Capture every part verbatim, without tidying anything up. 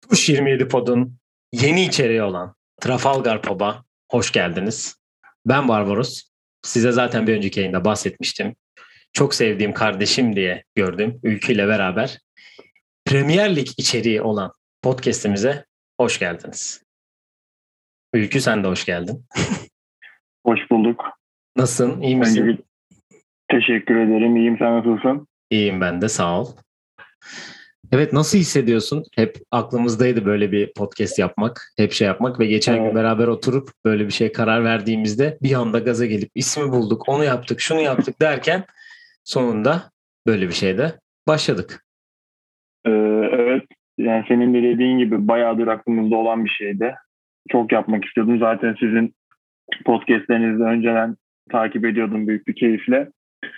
Push yirmi yedi Pod'un yeni içeriği olan Trafalgar Pub'a hoş geldiniz. Ben Barbaros. Size zaten bir önceki yayında bahsetmiştim. Çok sevdiğim kardeşim diye gördüm Ülkü ile beraber Premier Lig içeriği olan podcast'imize hoş geldiniz. Ülkü, sen de hoş geldin. Hoş bulduk. Nasılsın? İyi misin? Önce bir teşekkür ederim. İyiyim. Sen nasılsın? İyiyim ben de, sağ ol. Evet, nasıl hissediyorsun? Hep aklımızdaydı böyle bir podcast yapmak, hep şey yapmak ve geçen evet. gün beraber oturup böyle bir şey karar verdiğimizde bir anda gaza gelip ismi bulduk, onu yaptık, şunu yaptık derken sonunda böyle bir şeyde başladık. Ee, evet, yani senin de dediğin gibi bayağıdır aklımızda olan bir şeydi. Çok yapmak istiyordum. Zaten sizin podcastlerinizi önceden takip ediyordum büyük bir keyifle.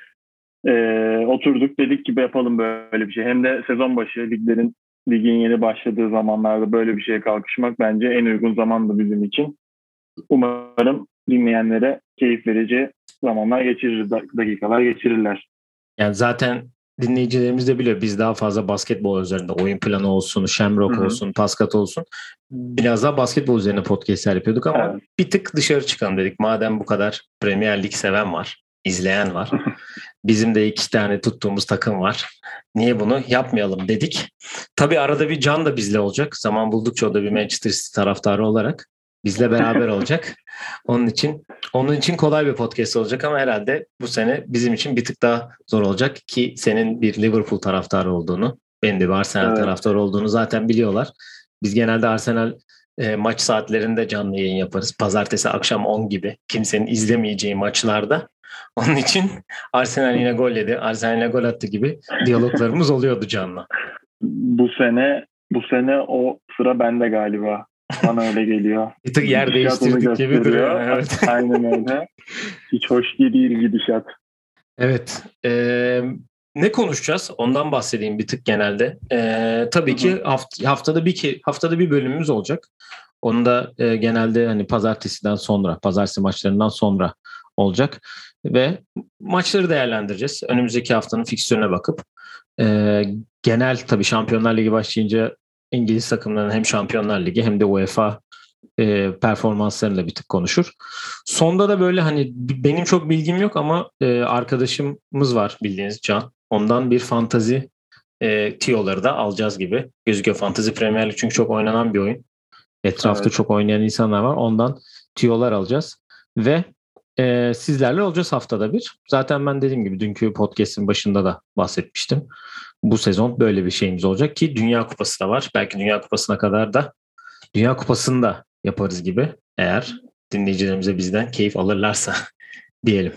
Ee, oturduk, dedik ki yapalım böyle bir şey. Hem de sezon başı liglerin ligin yeni başladığı zamanlarda böyle bir şeye kalkışmak bence en uygun zamandı bizim için. Umarım dinleyenlere keyif verici zamanlar geçirir, dakikalar geçirirler. Yani zaten dinleyicilerimiz de biliyor, biz daha fazla basketbol üzerinde, oyun planı olsun, Shamrock Hı-hı. olsun, Paskat olsun, biraz daha basketbol üzerine podcastler yapıyorduk ama evet. bir tık dışarı çıkalım dedik. Madem bu kadar Premier Lig seven var, izleyen var, bizim de iki tane tuttuğumuz takım var, niye bunu yapmayalım dedik. Tabii arada bir Can da bizle olacak. Zaman buldukça o da bir Manchester City taraftarı olarak bizle beraber olacak. Onun için onun için kolay bir podcast olacak ama herhalde bu sene bizim için bir tık daha zor olacak ki senin bir Liverpool taraftarı olduğunu, benim de bir Arsenal evet. taraftarı olduğunu zaten biliyorlar. Biz genelde Arsenal e, maç saatlerinde canlı yayın yaparız. Pazartesi akşam on gibi, kimsenin izlemeyeceği maçlarda. Onun için Arsenal yine gol yedi, Arsenal yine gol attı gibi diyaloglarımız oluyordu canlı. Bu sene bu sene o sıra bende galiba. Bana öyle geliyor. Bir tık yer değiştirdik gibi duruyor. Evet. Aynen öyle. Hiç hoş değil gidişat. Evet. Ee, ne konuşacağız? Ondan bahsedeyim bir tık genelde. Ee, tabii Hı-hı. ki haft- haftada bir ki haftada bir bölümümüz olacak. Onu da e, genelde hani pazartesiden sonra, pazartesi maçlarından sonra olacak ve maçları değerlendireceğiz. Önümüzdeki haftanın fikstürüne bakıp e, genel tabii Şampiyonlar Ligi başlayınca İngiliz takımlarının hem Şampiyonlar Ligi hem de UEFA e, performanslarıyla bir tık konuşur. Sonda da böyle hani benim çok bilgim yok ama e, arkadaşımız var bildiğiniz Can. Ondan bir fantazi e, tiyoları da alacağız gibi gözüküyor. Fantazi Premier Lig çünkü çok oynanan bir oyun. Etrafta evet. çok oynayan insanlar var. Ondan tiyolar alacağız. Ve e, sizlerle olacağız haftada bir. Zaten ben dediğim gibi dünkü podcast'in başında da bahsetmiştim. Bu sezon böyle bir şeyimiz olacak ki Dünya Kupası da var. Belki Dünya Kupası'na kadar da Dünya Kupası'nı da yaparız gibi, eğer dinleyicilerimize bizden keyif alırlarsa diyelim.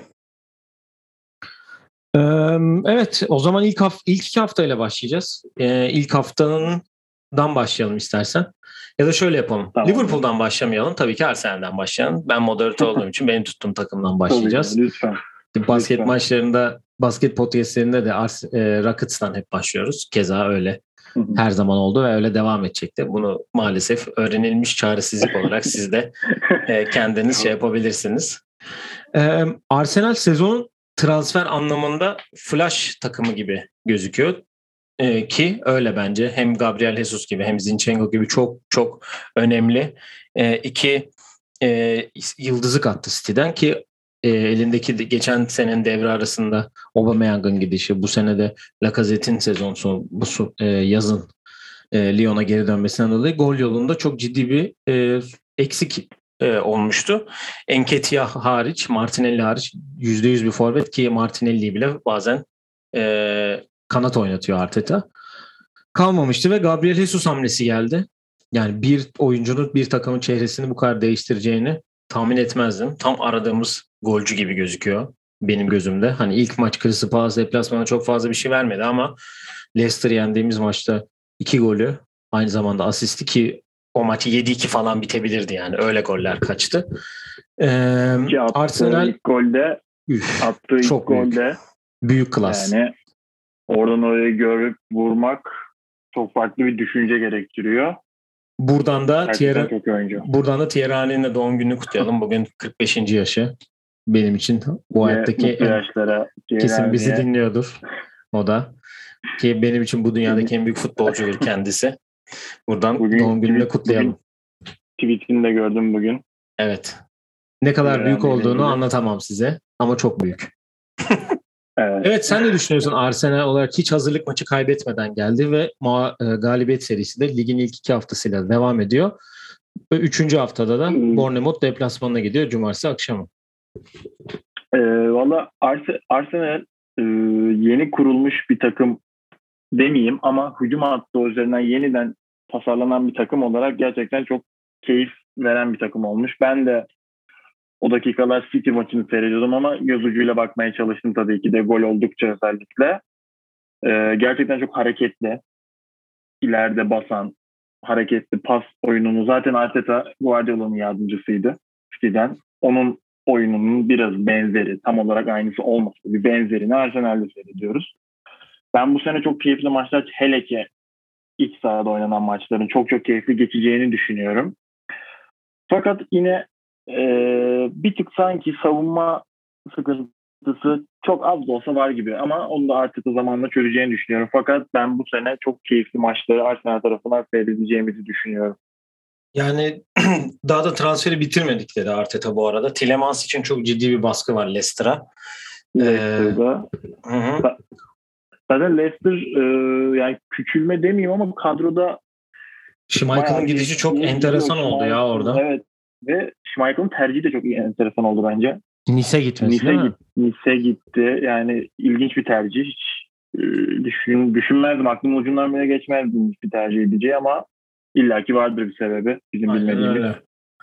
Ee, evet, o zaman ilk hafta ilk iki haftayla başlayacağız. Ee, ilk haftanından başlayalım istersen. Ya da şöyle yapalım. Tamam. Liverpool'dan başlamayalım. Tabii ki Arsenal'den başlayalım. Ben moderatör olduğum için benim tuttuğum takımdan başlayacağız. Tabii, lütfen. Basket lütfen. maçlarında, basket podcastlerinde de Ars- e, Rockets'tan hep başlıyoruz. Keza öyle. Her zaman oldu ve öyle devam edecekti. Bunu maalesef öğrenilmiş çaresizlik olarak siz de e, kendiniz şey yapabilirsiniz. E, Arsenal sezonun transfer anlamında flash takımı gibi gözüküyor. E, ki öyle bence. Hem Gabriel Jesus gibi hem Zinchenko gibi çok çok önemli e, iki e, yıldızı kattı City'den ki e, elindeki geçen senenin devre arasında Aubameyang'ın gidişi, bu sene de Lacazette'in sezon sonu bu e, yazın e, Lyon'a geri dönmesinden dolayı gol yolunda çok ciddi bir e, eksik e, olmuştu. Nketiah hariç, Martinelli hariç yüzde yüz bir forvet ki Martinelli'yi bile bazen e, kanat oynatıyor Arteta. Kalmamıştı ve Gabriel Jesus hamlesi geldi. Yani bir oyuncunun bir takımın çehresini bu kadar değiştireceğini tahmin etmezdim. Tam aradığımız golcü gibi gözüküyor benim gözümde. Hani ilk maç Crystal Palace deplasmanına çok fazla bir şey vermedi ama Leicester'ı yendiğimiz maçta iki golü, aynı zamanda asisti ki o maçı yedi iki falan bitebilirdi yani. Öyle goller kaçtı. Ee, Arsenal ilk golde üf, attığı ilk çok golde büyük. büyük klas. Yani oradan oraya görüp vurmak çok farklı bir düşünce gerektiriyor. Buradan da Thierry, buradan da Thierry Henry'nin doğum gününü kutlayalım. Bugün kırk beşinci yaşı. Benim için bu hayattaki en, kesin bizi dinliyordur. O da ki benim için bu dünyadaki en büyük futbolcudur kendisi. Buradan bugün doğum gününü tweet, kutlayalım. Bugün tweetini de gördüm bugün. Evet. Ne kadar Ee, büyük olduğunu ilgili. anlatamam size ama çok büyük. Evet. Evet, sen ne düşünüyorsun? Arsenal olarak hiç hazırlık maçı kaybetmeden geldi ve ma- galibiyet serisi de ligin ilk iki haftasıyla devam ediyor. Üçüncü haftada da Hmm. Bournemouth deplasmanına gidiyor cumartesi akşamı. Ee, Valla Arsenal e, yeni kurulmuş bir takım demeyeyim ama hücum hattı üzerinden yeniden tasarlanan bir takım olarak gerçekten çok keyif veren bir takım olmuş. Ben de o dakikalar City maçını seyrediyordum ama göz ucuyla bakmaya çalıştım tabii ki de, gol oldukça özellikle. Ee, gerçekten çok hareketli, ileride basan, hareketli pas oyununu. Zaten Arteta Guardiola'nın yardımcısıydı City'den. Onun oyununun biraz benzeri, tam olarak aynısı olmasa bir benzerini Arsenal'de seyrediyoruz. Ben bu sene çok keyifli maçlar, hele ki iç sahada oynanan maçların çok çok keyifli geçeceğini düşünüyorum. Fakat yine e, bir tık sanki savunma sıkıntısı çok az da olsa var gibi, ama onu da artık zamanla çözeceğini düşünüyorum. Fakat ben bu sene çok keyifli maçları Arsenal tarafından seyredeceğimizi düşünüyorum. Yani daha da transferi bitirmedik dedi Arteta bu arada. Tielemans için çok ciddi bir baskı var Leicester'a. Leicester'da. Ee, Zaten Leicester e, yani küçülme demeyeyim ama kadroda Schmeichel'ın gidişi çok enteresan oldu Schmeichel, ya orada. Evet. Ve Schmeichel'ın tercihi de çok enteresan oldu bence. Nice gitmesi Nice değil mi? Git, Nice gitti. Yani ilginç bir tercih. Hiç e, düşün, düşünmezdim. Aklımın ucundan bile geçmezdim bir tercih edeceği, ama illaki vardır bir sebebi bizim Aynen bilmediğimiz. Öyle.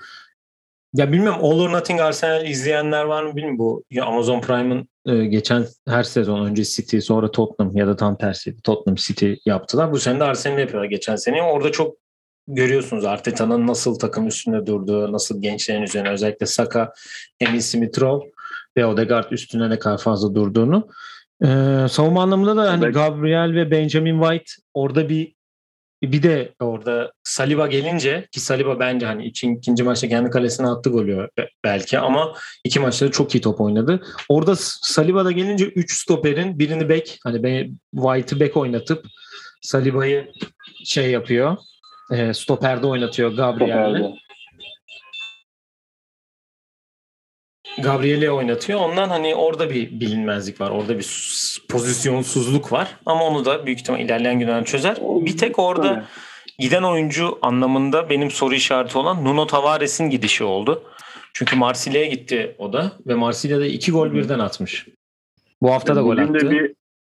Ya bilmiyorum, All or Nothing Arsenal izleyenler var mı bilmiyorum. Bu ya Amazon Prime'ın e, geçen her sezon önce City, sonra Tottenham ya da tam tersi Tottenham City yaptılar. Bu sene de Arsenal yapıyorlar geçen sene. Orada çok görüyorsunuz Arteta'nın nasıl takım üstünde durduğu, nasıl gençlerin üzerine, özellikle Saka, Emil Smith-Rowe ve Odegaard üstüne ne kadar fazla durduğunu. Ee, savunma anlamında da hani Gabriel ve Benjamin White orada bir bir de orada Saliba gelince, ki Saliba bence hani için, ikinci maçta kendi kalesine attı golü belki, ama iki maçta da çok iyi top oynadı. Orada Saliba da gelince üç stoperin birini bek, hani White'ı bek oynatıp Saliba'yı şey yapıyor. E, stoperde oynatıyor Gabriel'le. Gabriel'i oynatıyor. Ondan hani orada bir bilinmezlik var. Orada bir pozisyonsuzluk var. Ama onu da büyük ihtimal ilerleyen günler çözer. Bir tek orada Tabii. giden oyuncu anlamında benim soru işareti olan Nuno Tavares'in gidişi oldu. Çünkü Marsilya'ya gitti o da ve Marsilya'da iki gol birden atmış. Bu hafta da gol attı. Bugün de bir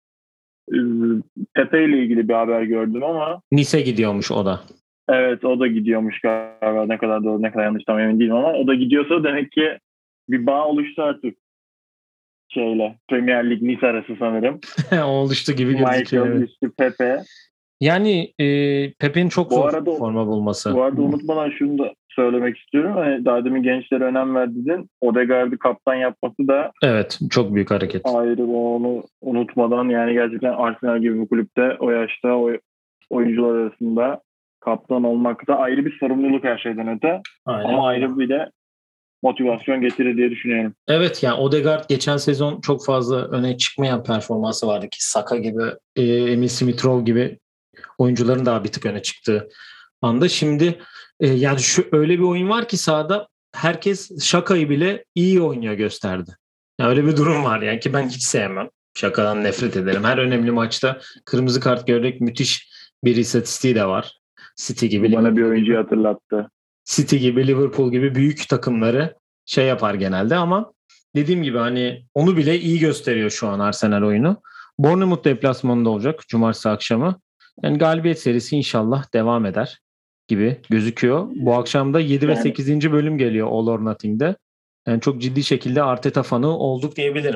Pepe ile ilgili bir haber gördüm ama Nice gidiyormuş o da. Evet, o da gidiyormuş galiba. Ne kadar doğru ne kadar yanlış tam emin değilim, ama o da gidiyorsa demek ki bir bağ oluştu artık şeyle. Premier Lig Nice arası sanırım. Oluştu gibi gözüküyor. Michael üstü Pepe. Yani e, Pepe'nin çok bu zor arada, forma bulması. Bu arada unutmadan şunu da söylemek istiyorum. Hani daha demin gençlere önem verdin. Odegaard'ı kaptan yapması da evet, çok büyük hareket. Ayrı, onu unutmadan, yani gerçekten Arsenal gibi bir kulüpte o yaşta o oyuncular arasında kaptan olmak da ayrı bir sorumluluk her şeyden öte. Aynen. Ama ayrı bir de motivasyon getirir diye düşünüyorum. Evet, yani Odegaard geçen sezon çok fazla öne çıkmayan performansı vardı ki Saka gibi, e, Emil Smith-Rowe gibi oyuncuların daha bir tık öne çıktığı anda. Şimdi e, yani şu öyle bir oyun var ki sahada herkes Şaka'yı bile iyi oynuyor gösterdi. Yani öyle bir durum var yani, ki ben hiç sevmem. Şaka'dan nefret ederim. Her önemli maçta kırmızı kart görerek müthiş bir istatistiği de var. City gibi. Bu bana bir oyuncuyu hatırlattı. City gibi, Liverpool gibi büyük takımları şey yapar genelde, ama dediğim gibi hani onu bile iyi gösteriyor şu an Arsenal oyunu. Bournemouth deplasmanında olacak cumartesi akşamı. Yani galibiyet serisi inşallah devam eder gibi gözüküyor. Bu akşam da yedi yani, ve sekizinci bölüm geliyor All or Nothing'de. Yani çok ciddi şekilde Arteta fanı olduk diyebilirim.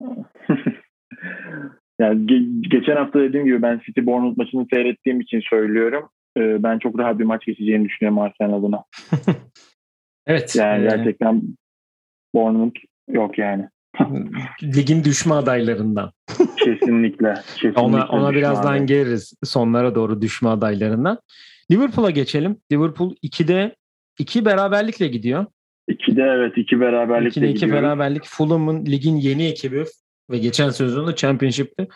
Yani ge- geçen hafta dediğim gibi ben City Bournemouth maçını seyrettiğim için söylüyorum. Ee, ben çok rahat bir maç geçeceğini düşünüyorum Arsenal adına. Evet. Yani ee... gerçekten Bournemouth yok yani. Ligin düşme adaylarından. Kesinlikle. kesinlikle ona ona birazdan aday. geliriz. Sonlara doğru düşme adaylarından. Liverpool'a geçelim. Liverpool ikide iki beraberlikle gidiyor. ikide evet iki beraberlikle gidiyor. iki beraberlik. Fulham'ın ligin yeni ekibi ve geçen sezonda Championship'te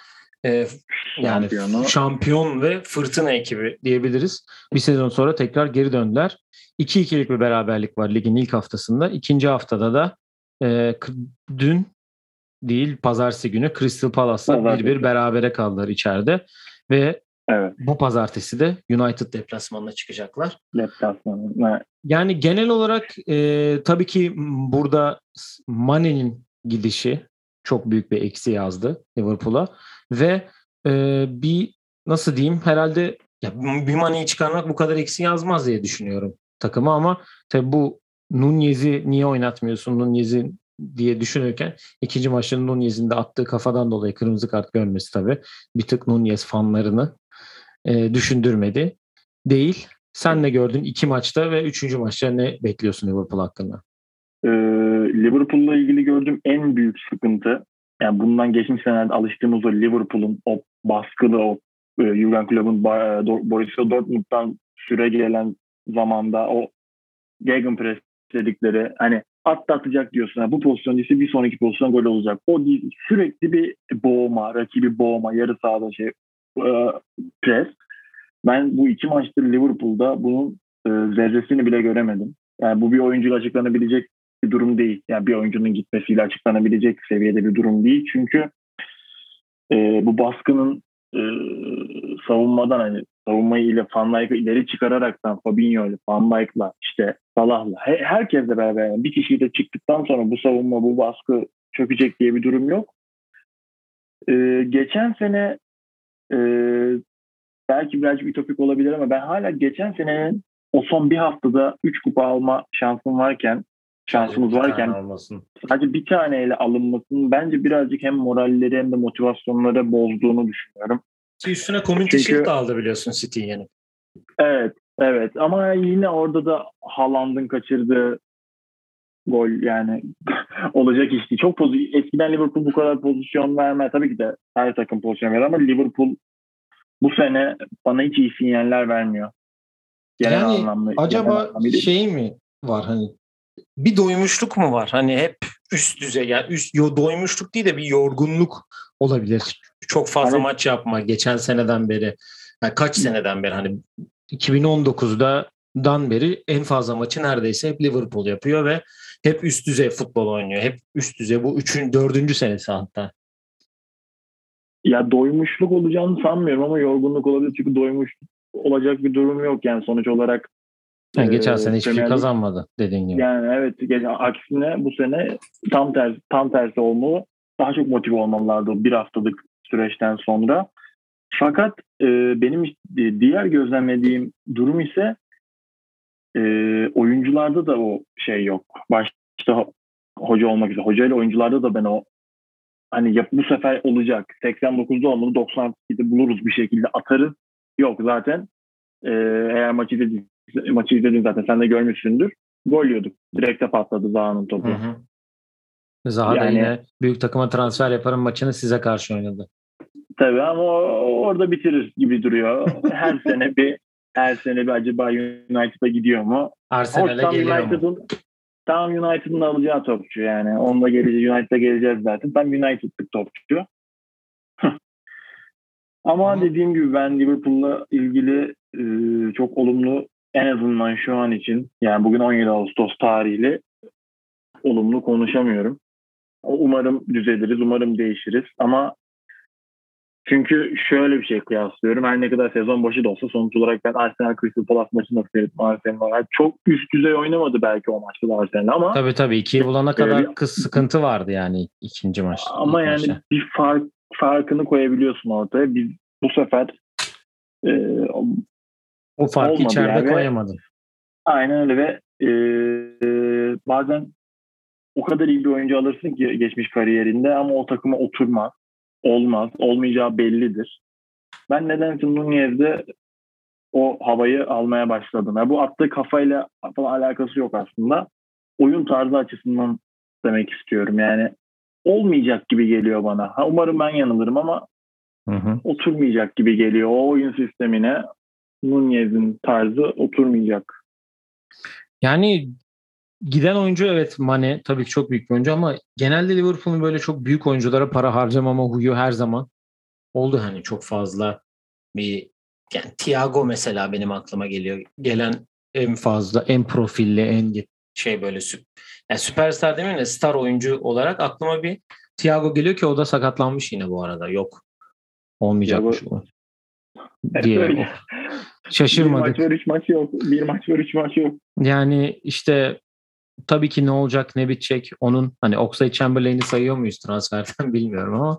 e, yani Şampiyonu. şampiyon ve fırtına ekibi diyebiliriz. Bir sezon sonra tekrar geri döndüler. iki ikilik bir beraberlik var ligin ilk haftasında. İkinci haftada da e, dün değil pazartesi günü Crystal Palace'la bir bir berabere kaldılar içeride ve evet. bu pazartesi de United deplasmanına çıkacaklar. Deplasmanına. Evet. Yani genel olarak e, tabii ki burada Mane'nin gidişi çok büyük bir eksi yazdı Liverpool'a ve e, bir nasıl diyeyim herhalde ya, bir Mane'yi çıkarmak bu kadar eksi yazmaz diye düşünüyorum takıma ama tabii bu Nunez'i niye oynatmıyorsun Nunez'i diye düşünürken ikinci maçta Nunez'in de attığı kafadan dolayı kırmızı kart görmesi tabii bir tık Nunez fanlarını e, düşündürmedi değil. Sen ne gördün iki maçta ve üçüncü maçta ne bekliyorsun Liverpool hakkında? Ee, Liverpool'la ilgili gördüğüm en büyük sıkıntı yani bundan geçmiş senelerde alıştığımız o Liverpool'un o baskılı o e, Jurgen Klopp'un Borussia Dortmund'dan süre gelen zamanda o gegenpress dedikleri hani atlatacak diyorsun. Yani bu pozisyon ise bir sonraki pozisyon gol olacak. O değil, sürekli bir boğma, rakibi boğma, yarı sahada şey e, pres. Ben bu iki maçtır Liverpool'da bunun e, zerresini bile göremedim. Yani bu bir oyuncuyla açıklanabilecek bir durum değil. Yani bir oyuncunun gitmesiyle açıklanabilecek seviyede bir durum değil. Çünkü e, bu baskının e, savunmadan hani savunmayı ile Van Dijk'ı ileri çıkararaktan Fabinho ile Van Dijk'la işte Salah'la he, herkesle beraber yani bir kişiyle çıktıktan sonra bu savunma bu baskı çökecek diye bir durum yok. E, geçen sene e, belki birazcık ütopik olabilir ama ben hala geçen senenin o son bir haftada üç kupa alma şansım varken şansımız varken sadece bir taneyle alınmasının bence birazcık hem moralleri hem de motivasyonları bozduğunu düşünüyorum. Ki üstüne Community Shield aldı biliyorsun City yeni. Evet, evet ama yine orada da Haaland'ın kaçırdığı gol yani olacak iş değil. Çok pozisyon. Eskiden Liverpool bu kadar pozisyon vermez. Tabii ki de her takım pozisyon verir ama Liverpool bu sene bana hiç iyi sinyaller vermiyor. Genel yani anlamda, acaba genel şey mi var hani bir doymuşluk mu var? Hani hep üst düzey yani üst yo, doymuşluk değil de bir yorgunluk olabilir. Çok fazla hani, maç yapma geçen seneden beri. Yani kaç seneden beri hani iki bin on dokuzdan beri en fazla maçı neredeyse hep Liverpool yapıyor ve hep üst düzey futbol oynuyor. Hep üst düzey bu üçün dördüncü senesi hatta. Ya doymuşluk olacağını sanmıyorum ama yorgunluk olabilir çünkü doymuş olacak bir durum yok yani sonuç olarak. Yani geçen e, sene hiçbir şey kazanmadı dediğin gibi. Yani evet aksine bu sene tam tersi tam tersi olmalı. Daha çok motive olmalılardı o bir haftalık süreçten sonra. Fakat e, benim diğer gözlemlediğim durum ise e, oyuncularda da o şey yok. Başta hoca olmak üzere. Hoca ile oyuncularda da ben o hani yap, bu sefer olacak. seksen dokuzda olmalı doksan ikide buluruz bir şekilde atarız. Yok zaten e, eğer maçı izledin, maçı izledin zaten sen de görmüşsündür. Gol yiyorduk. Direkte patladı Zaha'nın topu. Hı hı. Zaha yani, da yine büyük takıma transfer yaparım maçını size karşı oynadı. Tabii ama orada bitirir gibi duruyor. Her sene bir her sene bir acaba United'a gidiyor mu? Arsenal'e geliyor United'ın, mu? Tam United'ın alacağı topçu yani. Onunla geleceğiz. United'a geleceğiz zaten. Tam United'lık topçu. Ama Hı. dediğim gibi ben Liverpool'la ilgili e, çok olumlu en azından şu an için yani bugün on yedi Ağustos tarihli olumlu konuşamıyorum. Umarım düzeliriz. Umarım değişiriz. Ama çünkü şöyle bir şey kıyaslıyorum. Her ne kadar sezon başı da olsa sonuç olarak ben Arsenal Crystal Palace maçını da seyrettim. Arsenal çok üst düzey oynamadı belki o maçta da Arsenal ama. Tabii tabii ikiyi bulana kadar bir, kız sıkıntı vardı yani ikinci maçta. Ama yani maçta. bir fark, farkını koyabiliyorsun ortaya. Biz bu sefer e, o farkı içeride yani. Koyamadın. Aynen öyle ve e, e, bazen o kadar iyi bir oyuncu alırsın ki geçmiş kariyerinde ama o takıma oturmaz. Olmaz. Olmayacağı bellidir. Ben nedense Nunez'de o havayı almaya başladım. Yani bu attığı kafayla falan alakası yok aslında. Oyun tarzı açısından demek istiyorum. Yani olmayacak gibi geliyor bana. Ha, umarım ben yanılırım ama hı hı. oturmayacak gibi geliyor. O oyun sistemine Nunez'in tarzı oturmayacak. Yani giden oyuncu evet Mane tabii ki çok büyük bir oyuncu ama genelde Liverpool'un böyle çok büyük oyunculara para harcamama huyu her zaman oldu hani çok fazla bir yani Thiago mesela benim aklıma geliyor. Gelen en fazla en profilli en şey böyle süp, yani süperstar demeyeyim de star oyuncu olarak aklıma bir Thiago geliyor ki o da sakatlanmış yine bu arada. Yok. Thiago Olmayacakmış o hep diye. öyle. Oh. Bir maç var Şaşırmadık. üç maç yok. Bir maç var üç maç yok. Yani işte tabii ki ne olacak ne bitecek onun hani Oxlade-Chamberlain'i sayıyor muyuz transferden bilmiyorum ama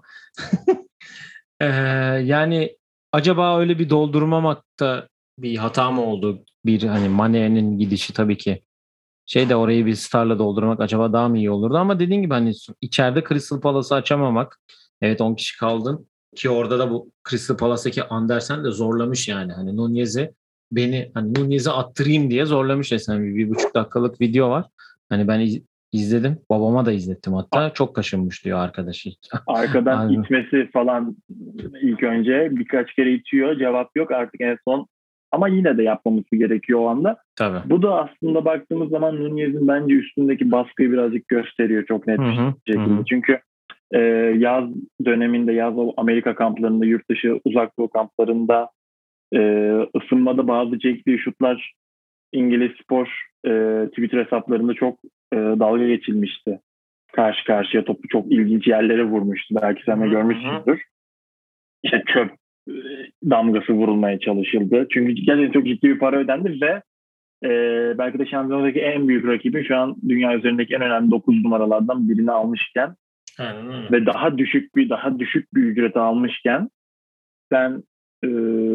Ee, yani acaba öyle bir doldurmamakta bir hata mı oldu? Bir hani Mane'nin gidişi tabii ki şey de orayı bir starla doldurmak acaba daha mı iyi olurdu ama dediğin gibi hani içeride Crystal Palace'ı açamamak, evet on kişi kaldın ki orada da bu Crystal Palace'daki Andersen de zorlamış yani hani Nunez'i beni hani Nunez'i attırayım diye zorlamış resmen bir, bir buçuk dakikalık video var. Hani ben iz- izledim, babama da izlettim hatta, çok kaşınmış diyor arkadaşı. Arkadan Aynen. itmesi falan ilk önce birkaç kere itiyor. Cevap yok artık en son. Ama yine de yapmaması gerekiyor o anda. Tabii. Bu da aslında baktığımız zaman Nunez'in bence üstündeki baskıyı birazcık gösteriyor çok net Hı bir hı, şekilde. hı. Çünkü e, yaz döneminde, yaz Amerika kamplarında, yurt dışı uzak doğu kamplarında e, ısınmada bazı çektiği şutlar İngiliz spor e, Twitter hesaplarında çok e, dalga geçilmişti. Karşı karşıya topu çok ilginç yerlere vurmuştu. Belki sen de görmüşsündür. İşte çöp e, damgası vurulmaya çalışıldı. Çünkü gerçekten çok ciddi bir para ödendi ve e, belki de şampiyonadaki en büyük rakibi şu an dünya üzerindeki en önemli dokuz numaralardan birini almışken Aynen. ve daha düşük bir daha düşük bir ücret almışken sen e,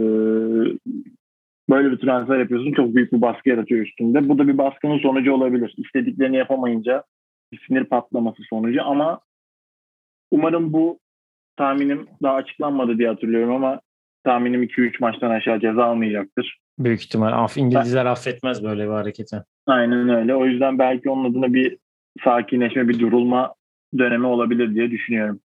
böyle bir transfer yapıyorsun, çok büyük bir baskı yaratıyor üstünde. Bu da bir baskının sonucu olabilir. İstediklerini yapamayınca bir sinir patlaması sonucu ama umarım bu tahminim daha açıklanmadı diye hatırlıyorum ama tahminim iki üç maçtan aşağı ceza almayacaktır. Büyük ihtimal. Af, Ben, İngilizler affetmez böyle bir hareketi. aynen öyle. O yüzden belki onun adına bir sakinleşme, bir durulma dönemi olabilir diye düşünüyorum.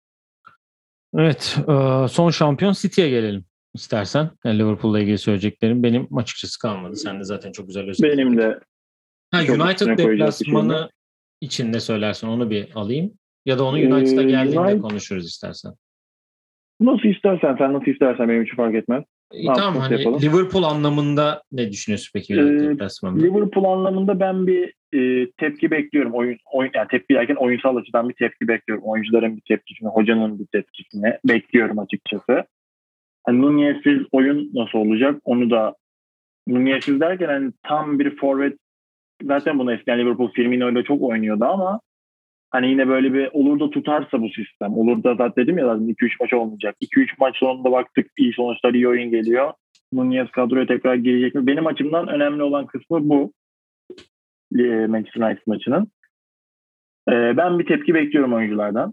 Evet. e, Son şampiyon City'ye gelelim istersen. Yani Liverpool'la ilgili söyleyeceklerim benim açıkçası kalmadı. Sen de zaten çok güzel Benim özetledin. de Ha, çok üstüne United koyacak bir şeyim yok. deplasmanı için ne söylersin onu bir alayım. Ya da onu United'a Ee, geldiğinde United konuşuruz istersen. nasıl istersen, sen nasıl istersen benim için fark etmez. Ne İyi, tamam yapıyorsa hani yapalım. Liverpool anlamında ne düşünüyorsun peki United Ee, deplasmanında? Liverpool anlamında ben bir e, tepki bekliyorum. Oyun, oyun yani tepki derken oyunsal açıdan bir tepki bekliyorum. Oyuncuların bir tepkisini, hocanın bir tepkisini bekliyorum açıkçası. Hani Nunez'siz oyun nasıl olacak? Onu da Nunez'siz derken hani tam bir forvet, zaten bunu eskiden Liverpool Firmino ile çok oynuyordu ama hani yine böyle bir olur da tutarsa bu sistem. Olur da zaten dedim ya zaten iki üç maç olmayacak. iki üç maç sonunda baktık iyi sonuçlar, iyi oyun geliyor. Nunez kadroya tekrar girecek mi? Benim açımdan önemli olan kısmı bu. Manchester United maçının. Ee, ben bir tepki bekliyorum oyunculardan.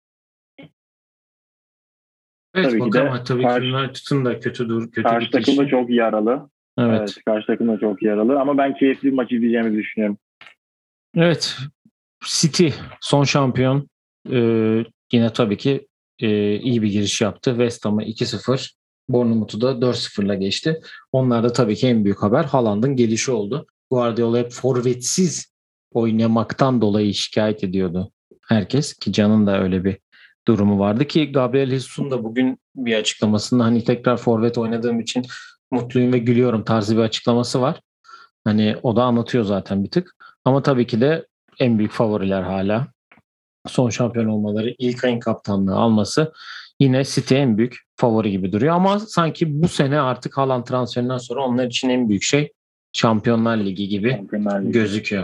Evet Tabii ki bakalım. de Ha, tabii ki karşı, United'ın da kötü dur kötü karşı takım da gidişi. çok yaralı. Evet, Evet. karşı takım da çok yaralı. Ama ben keyifli bir maç izleyeceğimizi düşünüyorum. Evet. City son şampiyon. Ee, yine tabii ki e, iyi bir giriş yaptı. West Ham'ı iki sıfır, Bournemouth'u da dört sıfırla geçti. Onlar da tabii ki en büyük haber Haaland'ın gelişi oldu. Guardiola hep forvetsiz oynamaktan dolayı şikayet ediyordu herkes ki Can'ın da öyle bir durumu vardı ki Gabriel Jesus'un da bugün bir açıklamasında hani tekrar forvet oynadığım için mutluyum ve gülüyorum tarzı bir açıklaması var. Hani o da anlatıyor zaten bir tık. Ama tabii ki de en büyük favoriler hala. Son şampiyon olmaları, İlkay'ın kaptanlığı alması yine City en büyük favori gibi duruyor. Ama sanki bu sene artık Haaland transferinden sonra onlar için en büyük şey Şampiyonlar Ligi gibi Şampiyonlar Ligi. gözüküyor.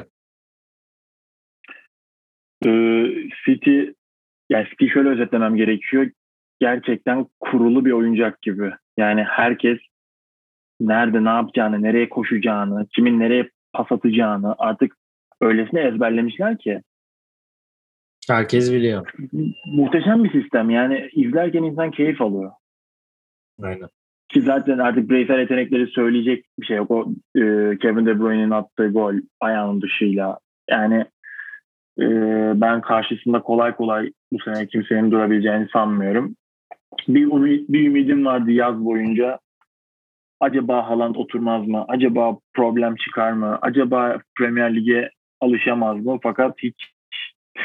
Ee, City, yani City şöyle özetlemem gerekiyor. Gerçekten kurulu bir oyuncak gibi. Yani herkes nerede ne yapacağını, nereye koşacağını, kimin nereye pas atacağını artık öylesine ezberlemişler ki. Herkes biliyor. Muhteşem bir sistem. Yani izlerken insan keyif alıyor. Aynen. Ki zaten artık bireysel yetenekleri söyleyecek bir şey yok. O e, Kevin De Bruyne'nin attığı gol ayağının dışıyla. Yani e, ben karşısında kolay kolay bu sene kimsenin durabileceğini sanmıyorum. Bir, ümit, bir ümidim vardı yaz boyunca. Acaba Haaland oturmaz mı? Acaba problem çıkar mı? Acaba Premier Lig'e alışamaz mı? Fakat hiç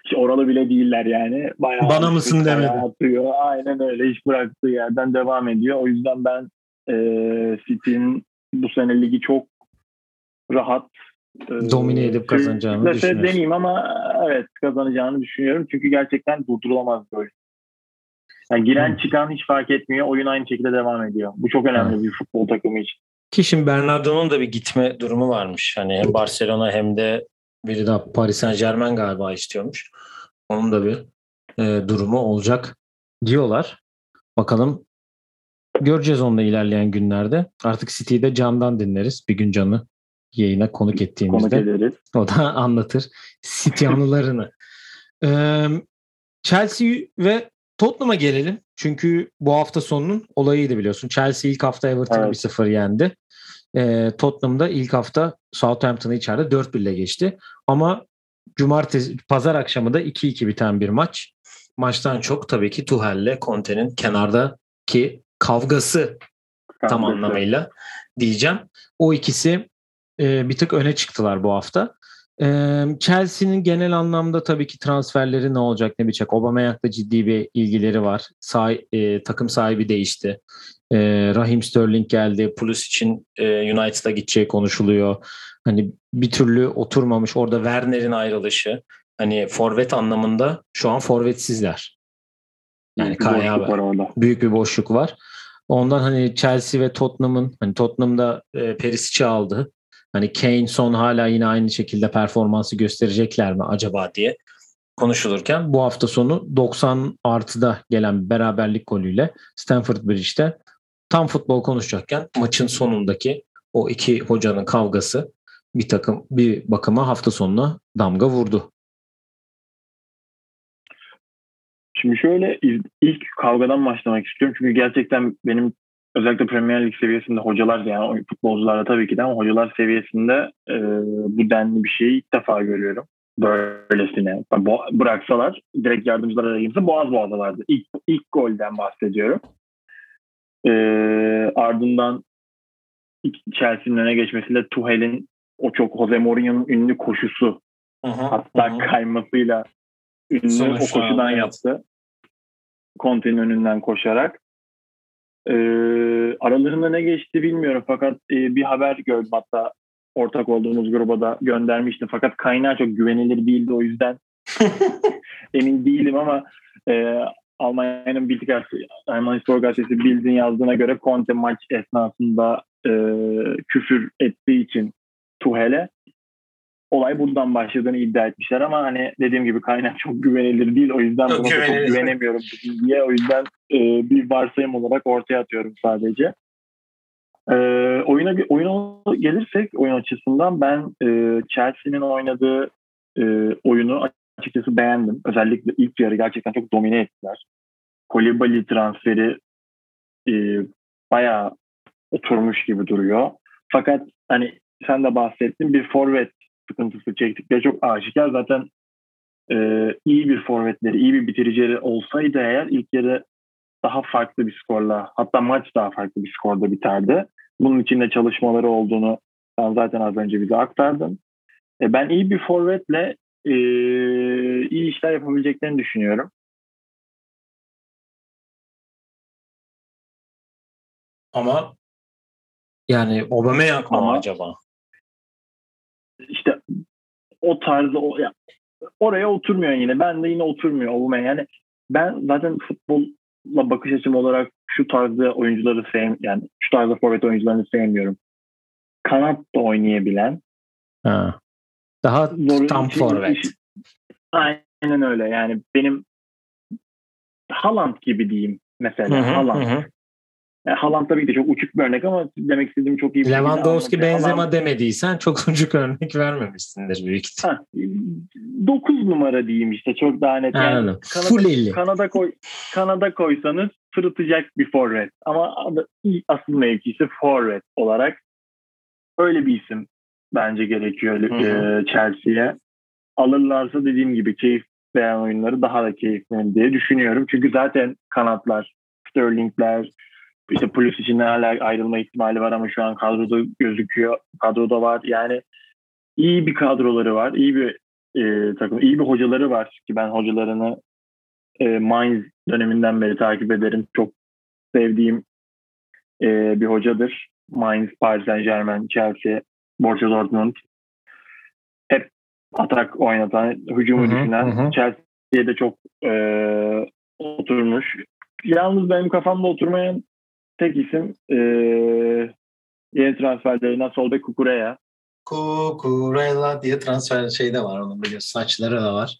hiç oralı bile değiller yani. Bayağı bana mısın demedi. Atıyor. Aynen öyle. Hiç bıraktığı yerden devam ediyor. O yüzden ben e, City'nin bu sene ligi çok rahat e, domine edip kazanacağını düşünüyorsun. deneyeyim ama evet kazanacağını düşünüyorum. Çünkü gerçekten durdurulamaz bir oyun. Yani giren hmm. çıkan hiç fark etmiyor. Oyun aynı şekilde devam ediyor. Bu çok önemli ha. bir futbol takımı için. Ki şimdi Bernardo'nun da bir gitme durumu varmış. Hani hem Barcelona hem de biri daha Paris Saint-Germain galiba istiyormuş. Onun da bir e, durumu olacak diyorlar. Bakalım göreceğiz onu da ilerleyen günlerde. Artık City'yi de Can'dan dinleriz. Bir gün Can'ı yayına konuk ettiğimizde. Konuk ederiz. O da anlatır City anılarını. Ee, Chelsea ve Tottenham'a gelelim. Çünkü bu hafta sonunun olayıydı biliyorsun. Chelsea ilk hafta Everton'ı evet. bir sıfır yendi. Ee, Tottenham'da ilk hafta Southampton'ı içeride dört bir ile geçti. Ama cumartesi, pazar akşamı da iki iki biten bir maç. Maçtan çok tabii ki Tuchel'le Conte'nin kenardaki kavgası, kavgası tam anlamıyla diyeceğim. O ikisi e, bir tık öne çıktılar bu hafta. E, Chelsea'nin genel anlamda tabii ki transferleri ne olacak ne bitecek. Aubameyang'la ciddi bir ilgileri var. Sah- e, takım sahibi değişti. E, Raheem Sterling geldi. Pulisic'in e, United'a gideceği konuşuluyor. Hani bir türlü oturmamış orada Werner'in ayrılışı. Hani forvet anlamında şu an forvetsizler. Yani Kaya büyük bir boşluk var. Ondan hani Chelsea ve Tottenham'ın hani Tottenham'da e, Perisic'i aldı. Hani Kane, Son hala yine aynı şekilde performansı gösterecekler mi acaba diye konuşulurken bu hafta sonu doksan artıda gelen beraberlik golüyle Stamford Bridge'de tam futbol konuşacakken maçın sonundaki o iki hocanın kavgası bir takım bir bakıma hafta sonuna damga vurdu. Şimdi şöyle ilk kavgadan başlamak istiyorum. Çünkü gerçekten benim özellikle Premier Lig seviyesinde hocalar yani futbolcularla tabii ki de ama hocalar seviyesinde e, bu denli bir şeyi ilk defa görüyorum. Böylesine. Bıraksalar direkt yardımcılar arayınca boğaz boğazalardı. İlk, ilk golden bahsediyorum. E, ardından Chelsea'nin öne geçmesiyle Tuchel'in o çok Jose Mourinho'nun ünlü koşusu aha, hatta aha. kaymasıyla ünlü sonuçta, o koşudan evet. yaptı. Conte'nin önünden koşarak. Ee, aralarında ne geçti bilmiyorum fakat e, bir haber gördüm hatta ortak olduğumuz gruba da göndermiştim fakat kaynağı çok güvenilir değildi o yüzden emin değilim ama e, Almanya'nın Bild gazetesi, Alman Spor gazetesi Bild'in yazdığına göre Conte maç esnasında e, küfür ettiği için Tuchel'e olay buradan başladığını iddia etmişler ama hani dediğim gibi kaynak çok güvenilir değil. O yüzden buna çok güvenemiyorum diye. O yüzden e, bir varsayım olarak ortaya atıyorum sadece. E, oyuna oyuna gelirsek oyun açısından ben e, Chelsea'nin oynadığı e, oyunu açıkçası beğendim. Özellikle ilk yarı gerçekten çok domine ettiler. Koulibaly transferi e, bayağı oturmuş gibi duruyor. Fakat hani sen de bahsettin bir forvet sıkıntısı çektikleri çok aşikar. Zaten e, iyi bir forvetleri, iyi bir bitiricileri olsaydı eğer ilk yarı daha farklı bir skorla hatta maç daha farklı bir skorda biterdi. Bunun için de çalışmaları olduğunu sen zaten az önce bize aktardın. E, ben iyi bir forvetle e, iyi işler yapabileceklerini düşünüyorum. Ama yani Aubameyang mı acaba? İşte o tarzı o, ya, oraya oturmuyor yine. Ben de yine oturmuyor Aubameyang. Yani ben zaten futbolla bakış açım olarak şu tarzda oyuncuları sevmiyorum. Yani şu tarzda forvet oyuncularını sevmiyorum. Kanat da oynayabilen. Ha. Daha tam forvet. Aynen öyle. Yani benim Haaland gibi diyeyim mesela. Haaland. Yani Haaland tabii ki de çok uçuk bir örnek ama demek istediğim çok iyi bir Lewandowski Benzema Haaland... demediysen çok uçuk örnek vermemişsindir büyük ihtimal. dokuz numara diyeyim işte çok daha net. Yani Kanada, Kanada, koy, Kanada koysanız sırıtacak bir forvet. Ama asıl mevkisi forvet olarak öyle bir isim bence gerekiyor e, Chelsea'ye. Alırlarsa dediğim gibi keyif veren oyunları daha da keyifli diye düşünüyorum. Çünkü zaten kanatlar, Sterling'ler, İşte Pulisic için hala ayrılma ihtimali var ama şu an kadroda gözüküyor. Kadroda var. Yani iyi bir kadroları var. İyi bir e, takım. İyi bir hocaları var ki ben hocalarını e, Mainz döneminden beri takip ederim. Çok sevdiğim e, bir hocadır. Mainz, Paris Saint-Germain, Chelsea, Borussia Dortmund. Hep atak oynatan, hücumu Hı hı, düşünen. hı. Chelsea'ye de çok e, oturmuş. Yalnız benim kafamda oturmayan tek isim e, yeni transferlerinden sol bek Cucurella. Cucurella diye transfer şey de var, onun biliyorsun. Saçları da var.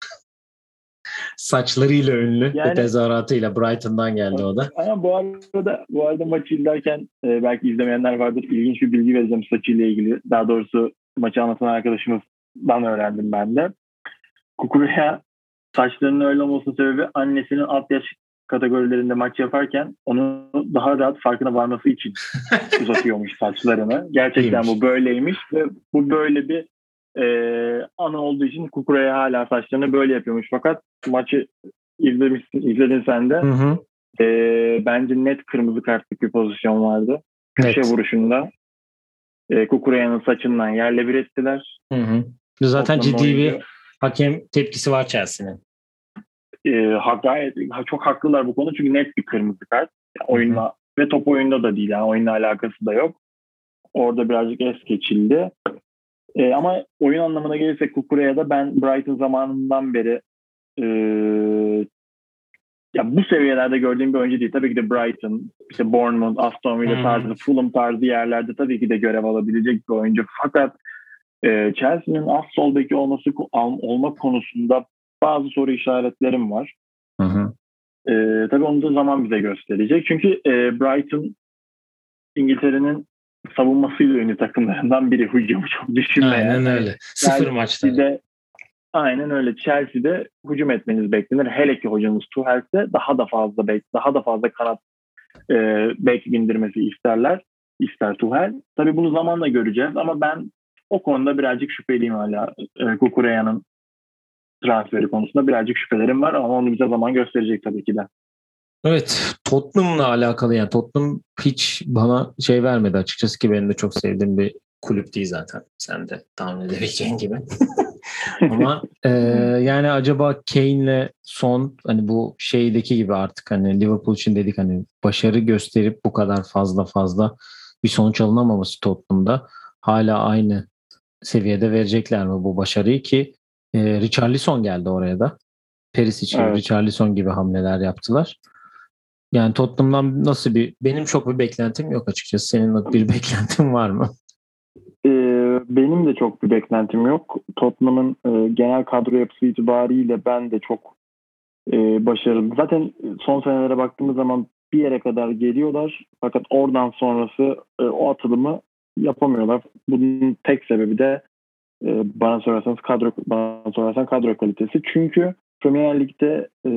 Saçlarıyla ünlü Yani, ve tezahüratıyla Brighton'dan geldi o da. Ama bu arada bu arada maçı izlerken e, belki izlemeyenler vardır. İlginç bir bilgi vereceğim saçıyla ilgili. Daha doğrusu maçı anlatan arkadaşımızdan öğrendim ben de. Cucurella saçlarının öyle olmasının sebebi annesinin alt yaş kategorilerinde maç yaparken onu daha rahat farkına varması için uzatıyormuş saçlarını. Gerçekten İyiymiş. bu böyleymiş ve bu böyle bir e, anı olduğu için Cucurella hala saçlarını böyle yapıyormuş. Fakat maçı izlemişsin, izledin sen de. Hı hı. E, bence net kırmızı kartlık bir pozisyon vardı. Köşe Net. vuruşunda e, Cucurella'nın saçından yerle bir ettiler. Hı hı. Zaten Tottenham'ın ciddi oyuncu, bir hakem tepkisi var Chelsea'nin. e, ha, gayet çok haklılar bu konu çünkü net bir kırmızı kart. Yani oyunla hı hı. Ve top oyunda da değil. Yani oyunla alakası da yok. Orada birazcık es geçildi. E, ama oyun anlamına gelirsek Cucurella'da ben Brighton zamanından beri e, ya bu seviyelerde gördüğüm bir oyuncu değil. Tabii ki de Brighton, işte Bournemouth, Aston Villa tarzı, Fulham tarzı yerlerde tabii ki de görev alabilecek bir oyuncu. Fakat e, Chelsea'nin az sol beki olması olma konusunda bazı soru işaretlerim var. Hı hı. E, tabii onu da zaman bize gösterecek. Çünkü e, Brighton İngiltere'nin savunmasıyla ünlü takımlarından biri. Hücumu çok düşünmeyen. Aynen öyle. Sıfır maçta. De, aynen öyle. Chelsea'de hücum etmeniz beklenir. Hele ki hocamız Tuchel'se daha da fazla bek, daha da fazla kanat e, bek bindirmesi isterler. İster Tuchel. Tabii bunu zamanla göreceğiz ama ben o konuda birazcık şüpheliyim hala. E, Cucurella'nın transferi konusunda birazcık şüphelerim var ama onu bize zaman gösterecek tabii ki de. Evet, Tottenham'la alakalı, yani Tottenham hiç bana şey vermedi açıkçası ki benim de çok sevdiğim bir kulüp değil zaten. Sen de tahmin edebileceğin gibi. Ama e, yani acaba Kane'le son, hani bu şeydeki gibi artık hani Liverpool için dedik, hani başarı gösterip bu kadar fazla fazla bir sonuç alınamaması Tottenham'da, hala aynı seviyede verecekler mi bu başarıyı ki e, Richarlison geldi oraya da. Perisic gibi, Evet. Richarlison gibi hamleler yaptılar. Yani Tottenham'dan nasıl bir, benim çok bir beklentim yok açıkçası. Senin bir beklentin var mı? Ee, benim de çok bir beklentim yok. Tottenham'ın e, genel kadro yapısı itibariyle ben de çok e, başarılı. Zaten son senelere baktığımız zaman bir yere kadar geliyorlar. Fakat oradan sonrası e, o atılımı yapamıyorlar. Bunun tek sebebi de e, bana sorarsanız kadro bana sorarsan kadro kalitesi. Çünkü Premier Lig'de e,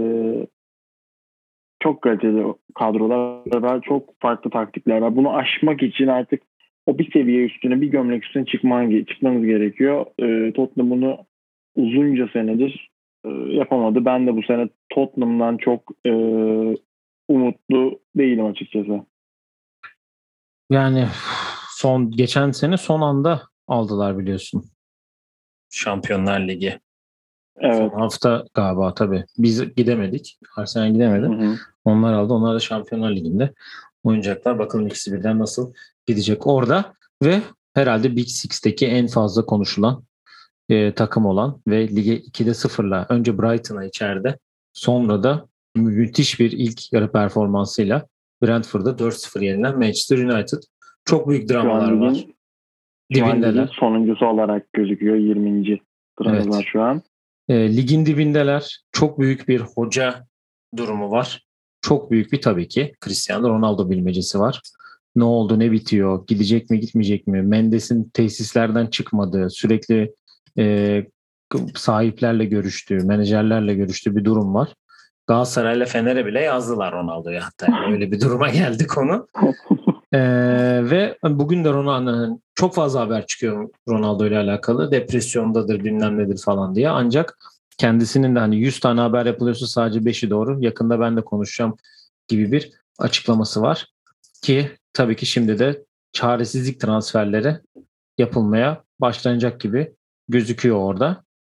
çok kaliteli kadrolar var. Çok farklı taktikler var. Bunu aşmak için artık o bir seviye üstüne, bir gömlek üstüne çıkman, çıkmanız gerekiyor. E, Tottenham bunu uzunca senedir e, yapamadı. Ben de bu sene Tottenham'dan çok e, umutlu değilim açıkçası. Yani son geçen sene son anda aldılar biliyorsun. Şampiyonlar Ligi. Evet. Son hafta galiba tabii. Biz gidemedik. Arsenal gidemedi. Hı hı. Onlar aldı. Onlar da Şampiyonlar Ligi'nde oynayacaklar. Bakalım ikisi birden nasıl gidecek orada. Ve herhalde Big Six'teki en fazla konuşulan e, takım olan ve lige ikide sıfırla önce Brighton'a içeride, sonra da müthiş bir ilk yarı performansıyla Brentford'a dört sıfır yenilen Manchester United. Çok büyük dramalar ligin, var. Dibindeler. Sonuncusu olarak gözüküyor. yirminci sıradalar evet. Şu an. E, ligin dibindeler. Çok büyük bir hoca durumu var. Çok büyük bir tabii ki Cristiano Ronaldo bilmecesi var. Ne oldu, ne bitiyor, gidecek mi, gitmeyecek mi? Mendes'in tesislerden çıkmadığı, sürekli e, sahiplerle görüştüğü, menajerlerle görüştüğü bir durum var. Galatasaray'la Fener'e bile yazdılar Ronaldo'ya, hatta yani öyle bir duruma geldi konu. Ee, ve bugün de Ronaldo'nun çok fazla haber çıkıyor Ronaldo ile alakalı. Depresyondadır, bilmem nedir falan diye. Ancak kendisinin de hani yüz tane haber yapılıyorsa sadece beşi doğru. Yakında ben de konuşacağım gibi bir açıklaması var. Ki tabii ki şimdi de çaresizlik transferleri yapılmaya başlanacak gibi gözüküyor orada.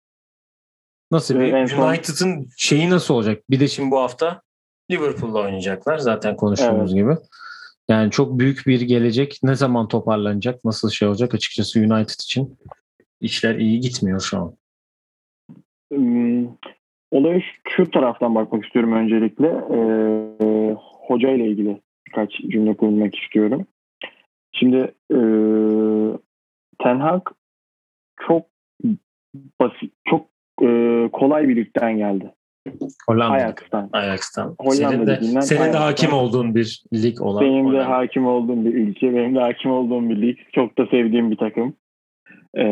Nasıl bir en son... United'ın şeyi nasıl olacak? Bir de şimdi bu hafta Liverpool'la oynayacaklar. Zaten konuştuğumuz evet. gibi. Yani çok büyük bir gelecek. Ne zaman toparlanacak? Nasıl şey olacak? Açıkçası United için işler iyi gitmiyor şu an. Hmm, olaya şu taraftan bakmak istiyorum öncelikle. Ee, hoca ile ilgili birkaç cümle kurmak istiyorum. Şimdi e, Ten Hag çok basit, çok e, kolay bir ligden geldi. Hollanda Ajax'tan. Ajax'tan. Hollanda senin de, liginden. Senin Ajax'tan. de hakim olduğun bir lig olan. Benim Hollanda. de hakim olduğum bir ülke, benim de hakim olduğum bir lig. Çok da sevdiğim bir takım. Ee,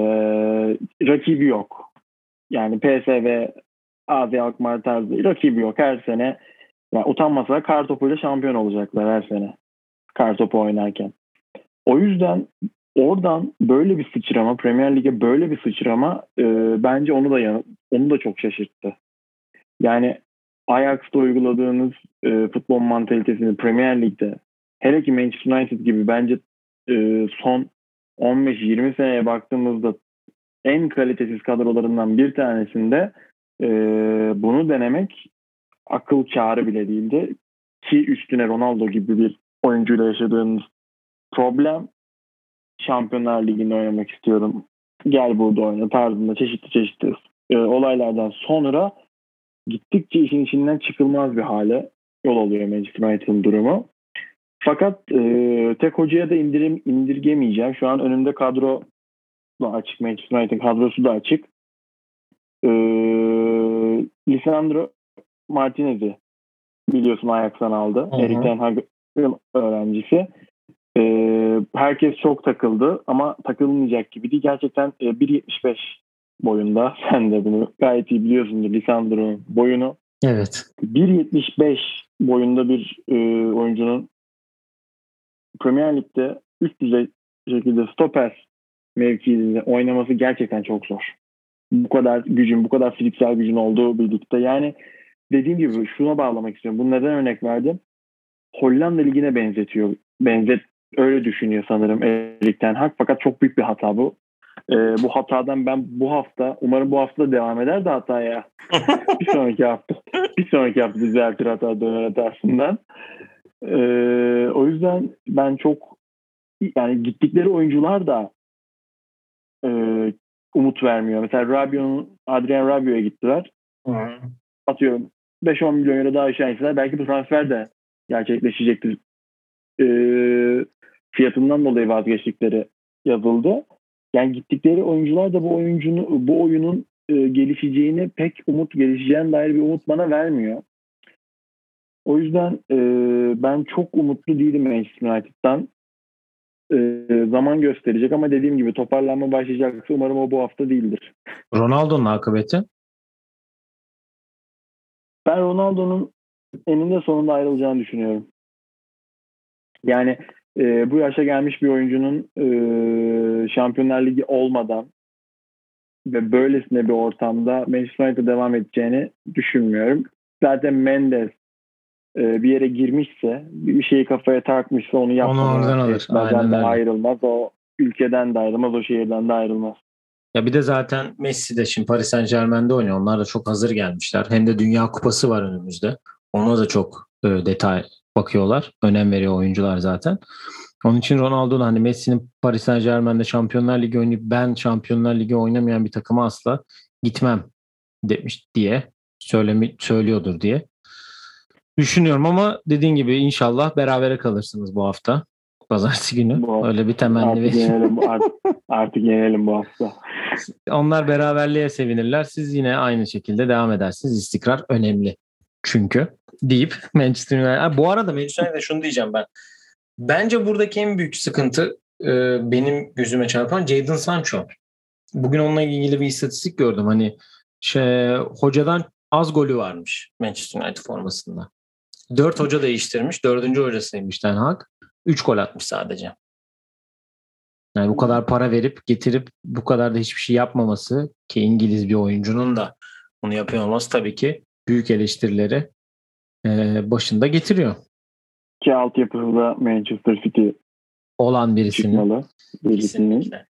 rakibi yok. Yani P S V, A Z Alkmaar tarzı rakibi yok. Her sene yani utanmasa kartopuyla şampiyon olacaklar her sene. Kartopu oynarken. O yüzden oradan böyle bir sıçrama, Premier Lig'e böyle bir sıçrama e, bence onu da onu da çok şaşırttı. Yani Ajax'ta uyguladığınız e, futbol mantalitesini Premier Lig'de, hele ki Manchester United gibi bence e, son on beş yirmi seneye baktığımızda en kalitesiz kadrolarından bir tanesinde e, bunu denemek akıl kârı bile değildi. Ki üstüne Ronaldo gibi bir oyuncuyla yaşadığınız problem, Şampiyonlar Ligi'nde oynamak istiyorum, gel burada oyna tarzında çeşitli çeşitli e, olaylardan sonra gittikçe işin içinden çıkılmaz bir hale yol alıyor Manchester United'ın durumu. Fakat e, tek hocaya da indirim, indirgemeyeceğim. Şu an önümde kadro da açık. Manchester United kadrosu da açık. E, Lisandro Martinez'i biliyorsun Ajax'tan aldı. Erik Ten Hag'ın öğrencisi. E, herkes çok takıldı ama takılmayacak gibi değil. Gerçekten e, bir yetmiş beş boyunda. Sen de bunu gayet iyi biliyorsundur, Lisandro'nun boyunu. Evet. bir yetmiş beş boyunda bir e, oyuncunun Premier Lig'de üst düzey şekilde stoper mevkiinde oynaması gerçekten çok zor. Bu kadar gücün, bu kadar fiziksel gücün olduğu bir ligde. Yani dediğim gibi şuna bağlamak istiyorum. Bunu neden örnek verdim? Hollanda Ligi'ne benzetiyor. Benzet, öyle düşünüyor sanırım Erik Ten Hag. Fakat çok büyük bir hata bu. Ee, bu hatadan ben bu hafta, umarım bu hafta da devam eder de hataya. bir sonraki hafta. Bir sonraki hafta düzeltir hata döner hatasından. Ee, o yüzden ben çok, yani gittikleri oyuncular da e, umut vermiyor. Mesela Rabiot'un, Adrien Rabiot'a gittiler. Hı. Atıyorum beş on milyon euro daha aşağı inseler belki bu transfer de gerçekleşecektir. Ee, fiyatından dolayı vazgeçtikleri yazıldı. Yani gittikleri oyuncular da bu oyuncunun, bu oyunun e, gelişeceğini, pek umut gelişeceğine dair bir umut bana vermiyor. O yüzden e, ben çok umutlu değilim Manchester United'dan. E, zaman gösterecek ama dediğim gibi toparlanma başlayacaksa umarım o bu hafta değildir. Ronaldo'nun akıbeti? Ben Ronaldo'nun eninde sonunda ayrılacağını düşünüyorum. Yani e, bu yaşa gelmiş bir oyuncunun e, Şampiyonlar Ligi olmadan ve böylesine bir ortamda Manchester United'a devam edeceğini düşünmüyorum. Zaten Mendes e, bir yere girmişse, bir şeyi kafaya takmışsa onu yapmadan etmeden de ayrılmaz. O ülkeden de ayrılmaz, o şehirden de ayrılmaz. Ya bir de zaten Messi de şimdi Paris Saint-Germain'de oynuyor. Onlar da çok hazır gelmişler. Hem de Dünya Kupası var önümüzde. Ona da çok e, detay bakıyorlar. Önem veriyor oyuncular zaten. Onun için Ronaldo'nun, hani Messi'nin Paris Saint-Germain'de Şampiyonlar Ligi oynayıp ben Şampiyonlar Ligi oynamayan bir takıma asla gitmem demiş diye söylemi, söylüyordur diye düşünüyorum ama dediğin gibi inşallah berabere kalırsınız bu hafta. Pazartesi günü. Bu, öyle bir temenni artık yenelim, artık, artık yenelim bu hafta. Onlar beraberliğe sevinirler. Siz yine aynı şekilde devam edersiniz. İstikrar önemli çünkü deyip Manchester United. Bu arada Manchester United'e şunu diyeceğim ben. Bence buradaki en büyük sıkıntı e, benim gözüme çarpan Jadon Sancho. Bugün onunla ilgili bir istatistik gördüm. Hani şey, hocadan az golü varmış Manchester United formasında. Dört hoca değiştirmiş. Dördüncü hocasıymış Ten Hag. Üç gol atmış sadece. Yani bu kadar para verip getirip bu kadar da hiçbir şey yapmaması, ki İngiliz bir oyuncunun da bunu yapıyor olması tabii ki büyük eleştirileri başında getiriyor. Ki altyapıda Manchester City olan birisinin. Çıkmalı. Kesinlikle.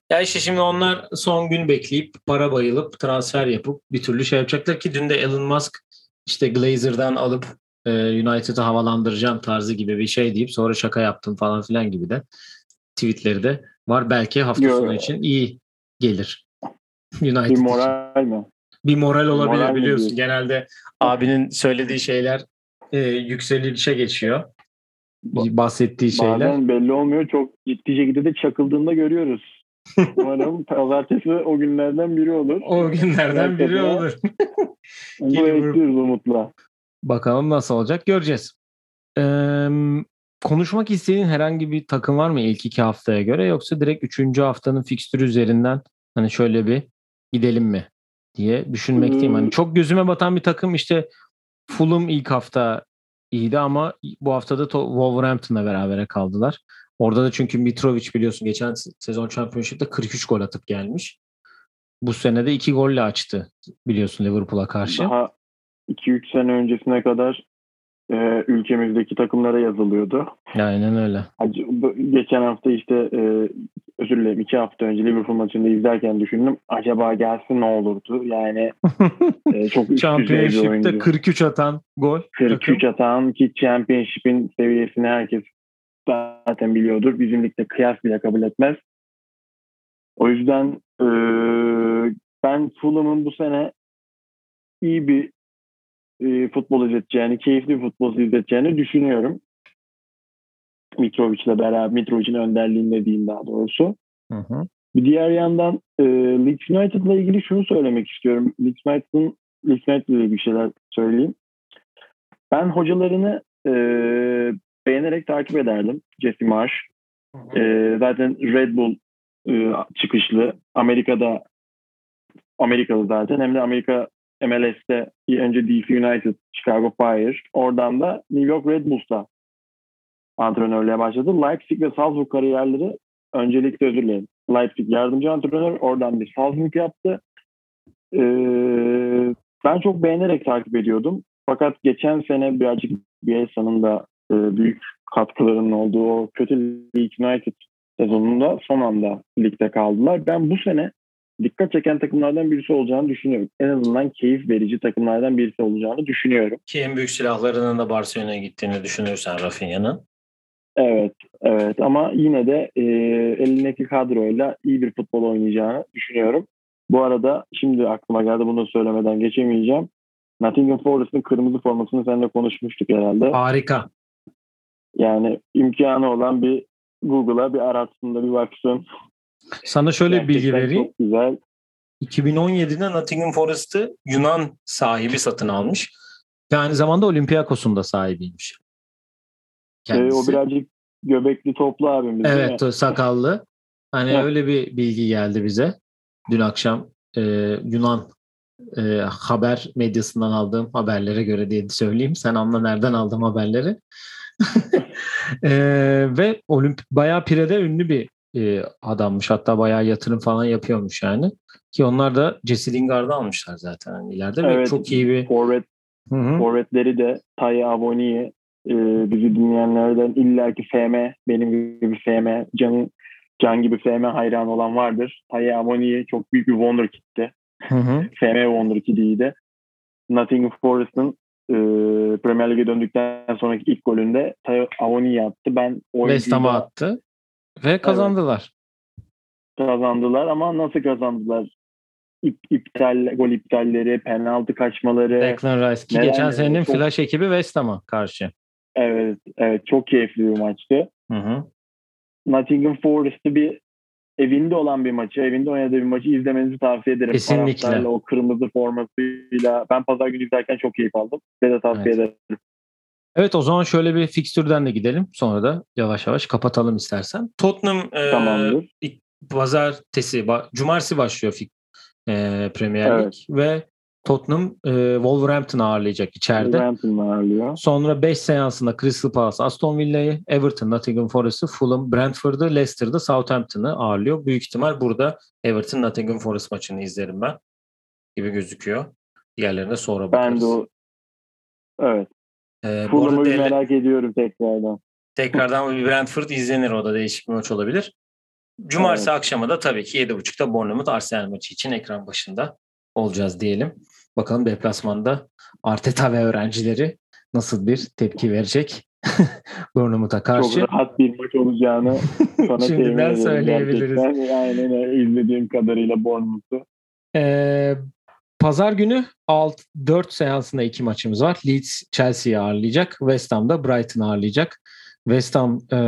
Ya işte şimdi onlar son gün bekleyip para bayılıp transfer yapıp bir türlü şey yapacaklar ki dün de Elon Musk işte Glazer'dan alıp e, United'ı havalandıracağım tarzı gibi bir şey deyip sonra şaka yaptım falan filan gibi de tweetleri de var. Belki hafta sonu Yo, için iyi gelir bir United için. moral mi? Bir moral Bir olabilir moral mi biliyorsun. diyorsun? Genelde abinin söylediği şeyler e, yükselişe geçiyor. Ba- Bahsettiği şeyler. Bazen belli olmuyor. Çok ciddi şekilde de çakıldığında görüyoruz. Umarım pazartesi o günlerden biri olur. O günlerden biri Gerçekten olur. bunu Gelip vurup bekliyoruz umutla. bakalım nasıl olacak göreceğiz. Ee, konuşmak istediğin herhangi bir takım var mı ilk iki haftaya göre yoksa direkt üçüncü haftanın fikstürü üzerinden hani şöyle bir gidelim mi diye düşünmekteyim. Hani Ee, çok gözüme batan bir takım işte Fulham ilk hafta iyiydi ama bu hafta da to- Wolverhampton'la berabere kaldılar. Orada da çünkü Mitrovic biliyorsun geçen sezon Championship'te kırk üç gol atıp gelmiş. Bu sene de iki golle açtı biliyorsun Liverpool'a karşı. Daha iki üç sene öncesine kadar e, ülkemizdeki takımlara yazılıyordu. Aynen öyle. Geçen hafta işte e, özür dilerim iki hafta önce Liverpool maçında izlerken düşündüm. Acaba gelse ne olurdu? Yani e, çok üst düzey bir Championship'te oyuncu. kırk üç atan gol kırk üç takım. atan ki Championship'in seviyesini herkes zaten biliyordur. Bizim ligde kıyas bile kabul etmez. O yüzden e, ben Fulham'ın bu sene iyi bir e, futbol izleteceğini, keyifli bir futbol izleteceğini düşünüyorum. Mitrovic'le beraber, Mitrovic'in önderliğinde diyeyim daha doğrusu. Hı hı. Bir diğer yandan e, Leeds United'la ilgili şunu söylemek istiyorum. Leeds United'ın Leeds United'la ilgili bir şeyler söyleyeyim. Ben hocalarını e, beğenerek takip ederdim. Jesse Marsh. E, zaten Red Bull e, çıkışlı. Amerika'da Amerikalı zaten. Hem de Amerika M L S'te önce D C United, Chicago Fire. Oradan da New York Red Bulls'ta antrenörlüğe başladı. Leipzig ve Salzburg kariyerleri öncelikle özür dilerim. Leipzig yardımcı antrenör. Oradan bir Salzburg yaptı. Ee, ben çok beğenerek takip ediyordum. Fakat geçen sene birazcık Bielsa'nın da e, büyük katkılarının olduğu o kötü Leeds United sezonunda son anda ligde kaldılar. Ben bu sene dikkat çeken takımlardan birisi olacağını düşünüyorum. En azından keyif verici takımlardan birisi olacağını düşünüyorum. Ki en büyük silahlarının da Barcelona'ya gittiğini düşünürsen Rafinha'nın. Evet, evet ama yine de e, elindeki kadroyla iyi bir futbol oynayacağını düşünüyorum. Bu arada şimdi aklıma geldi bunu söylemeden geçemeyeceğim. Nottingham Forest'ın kırmızı formasını seninle konuşmuştuk herhalde. Harika. Yani imkanı olan bir Google'a bir aratsın da bir baksın. Sana şöyle bir bilgi Gerçekten vereyim. çok güzel. iki bin on yedide Nottingham Forest'ı Yunan sahibi satın almış. Ve aynı zamanda Olympiakos'un da sahibiymiş. E, o Kendisi. birazcık göbekli toplu abimiz değil mi? Evet, sakallı. Hani öyle bir bilgi geldi bize. Dün akşam e, Yunan e, haber medyasından aldığım haberlere göre diye söyleyeyim. Sen anla nereden aldım haberleri. e, ve Olimp bayağı Pire'de ünlü bir e, adammış. Hatta bayağı yatırım falan yapıyormuş yani. Ki onlar da Jesse Lingard'ı almışlar zaten hani ileride ve Evet, çok iyi bir forvet, forvetleri de Taye Avoni'yi e, bizi dinleyenlerden illaki F M, benim gibi F M, Can, Can gibi F M hayran olan vardır. Taye Avoni'yi çok büyük bir wonderkid'ti. F M wonderkid'iydi. Nottingham Forest'ın e, Premier Lig'e döndükten sonraki ilk golünde Taye Avoni attı. Ben West Ham'a attı ve kazandılar. Evet, kazandılar ama nasıl kazandılar? İp, iptal, gol iptalleri, penaltı kaçmaları. Declan Rice ki geçen senenin çok... flash ekibi West Ham'a karşı. Evet, evet çok keyifli bir maçtı. Hı hı. Nottingham Forest'ı bir evinde olan bir maçı, evinde oynadığı bir maçı izlemenizi tavsiye ederim. Kesinlikle. Taraftarla, o kırmızı formasıyla. Ben pazar günü izlerken çok keyif aldım. Size de tavsiye evet. ederim. Evet o zaman şöyle bir fikstürden de gidelim. Sonra da yavaş yavaş kapatalım istersen. Tottenham Tamamdır. e, pazartesi, cumartesi başlıyor e, Premier Lig evet. Ve Tottenham e, Wolverhampton'ı ağırlayacak içeride. Wolverhampton'ı ağırlıyor. Sonra beş seansında Crystal Palace, Aston Villa'yı, Everton, Nottingham Forest'ı, Fulham, Brentford'ı, Leicester'da Southampton'ı ağırlıyor. Büyük ihtimal burada Everton, Nottingham Forest maçını izlerim ben gibi gözüküyor. Diğerlerine sonra bakarız. Ben de o... Evet. Ee, Fulham'ı bir merak ediyorum tekrardan. Tekrardan bir Brentford izlenir, o da değişik bir maç olabilir. Cumartesi evet. akşamı da tabii ki yedi buçukta Bournemouth Arsenal maçı için ekran başında olacağız diyelim. Bakalım deplasmanda Arteta ve öğrencileri nasıl bir tepki verecek Bournemouth'a karşı. Çok rahat bir maç olacağını sana şimdiden söyleyebiliriz. Gerçekten. Aynen öyle. İzlediğim kadarıyla Bournemouth'u. Ee, Pazar günü dört seansında iki maçımız var. Leeds Chelsea'yi ağırlayacak. West Ham'da Brighton'ı ağırlayacak. West Ham e,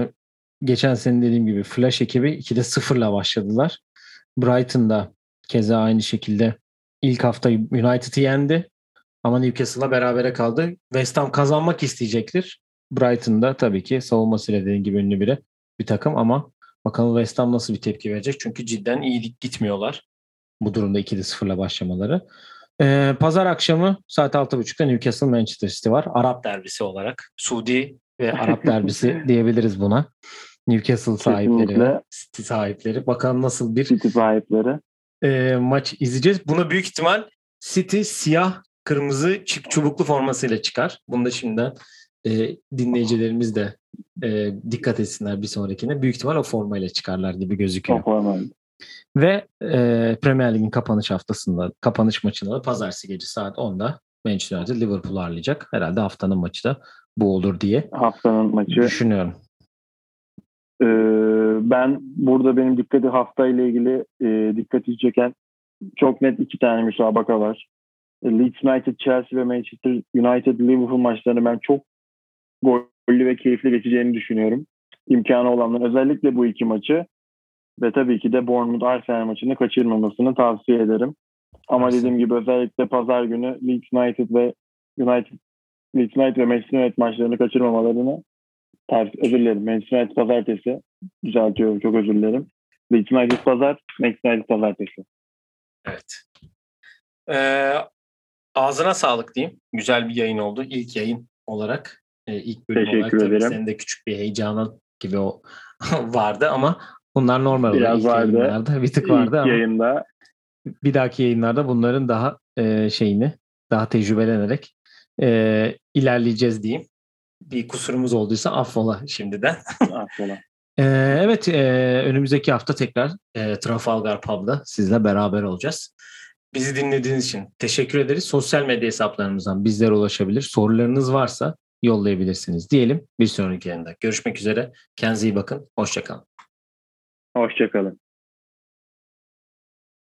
geçen sene dediğim gibi Flash ekibi ikide sıfırla başladılar. Brighton'da keza aynı şekilde ilk hafta United'ı yendi. Ama Newcastle'la berabere kaldı. West Ham kazanmak isteyecektir. Brighton'da tabii ki savunmasıyla dediğim gibi ünlü biri bir takım ama bakalım West Ham nasıl bir tepki verecek. Çünkü cidden iyi gitmiyorlar. Bu durumda ikide sıfırla başlamaları. Ee, Pazar akşamı saat altı buçukta Newcastle Manchester City var. Arap derbisi olarak. Suudi ve Arap derbisi diyebiliriz buna. Newcastle sahipleri Kesinlikle. Ve City sahipleri. Bakalım nasıl bir City sahipleri. E, maç izleyeceğiz. Bunu büyük ihtimal City siyah kırmızı çubuklu formasıyla çıkar. Bunu da şimdiden e, dinleyicilerimiz de e, dikkat etsinler bir sonrakine. Büyük ihtimal o formayla çıkarlar gibi gözüküyor. O formayla. Ve e, Premier Lig'in kapanış haftasında, kapanış maçında da pazartesi gece saat onda Manchester United Liverpool'u ağırlayacak. Herhalde haftanın maçı da bu olur diye haftanın maçı düşünüyorum. Ee, ben burada benim dikkati haftayla ilgili e, dikkati çeken çok net iki tane müsabaka var. Leeds United, Chelsea ve Manchester United Liverpool maçlarını ben çok gollü ve keyifli geçeceğini düşünüyorum. İmkanı olanların özellikle bu iki maçı ve tabii ki de Bournemouth Arsenal maçını kaçırmamasını tavsiye ederim. Ama Arsenal. Dediğim gibi özellikle pazar günü Leeds United ve United Leeds United ve Manchester United maçlarını kaçırmamalarını tavsiye özür dilerim. Manchester United pazartesi. Düzeltiyorum. Çok özür dilerim. Leeds United pazar, Manchester United pazartesi. Evet. Ee, ağzına sağlık diyeyim. Güzel bir yayın oldu. İlk yayın olarak. E, ilk bölüm Teşekkür olarak tabii ederim. senin de küçük bir heyecanın gibi o vardı ama bunlar normal Biraz olarak. İlk vardı. yayınlarda bir tık vardı İlk ama yayında. Bir dahaki yayınlarda bunların daha e, şeyini daha tecrübelenerek e, ilerleyeceğiz diyeyim. Bir kusurumuz olduysa affola şimdiden. Affola. e, evet e, önümüzdeki hafta tekrar e, Trafalgar Pub'da sizle beraber olacağız. Bizi dinlediğiniz için teşekkür ederiz. Sosyal medya hesaplarımızdan bizlere ulaşabilir. Sorularınız varsa yollayabilirsiniz diyelim. Bir sonraki yayında görüşmek üzere. Kendinize iyi bakın. Hoşça kalın. Hoşça kalın.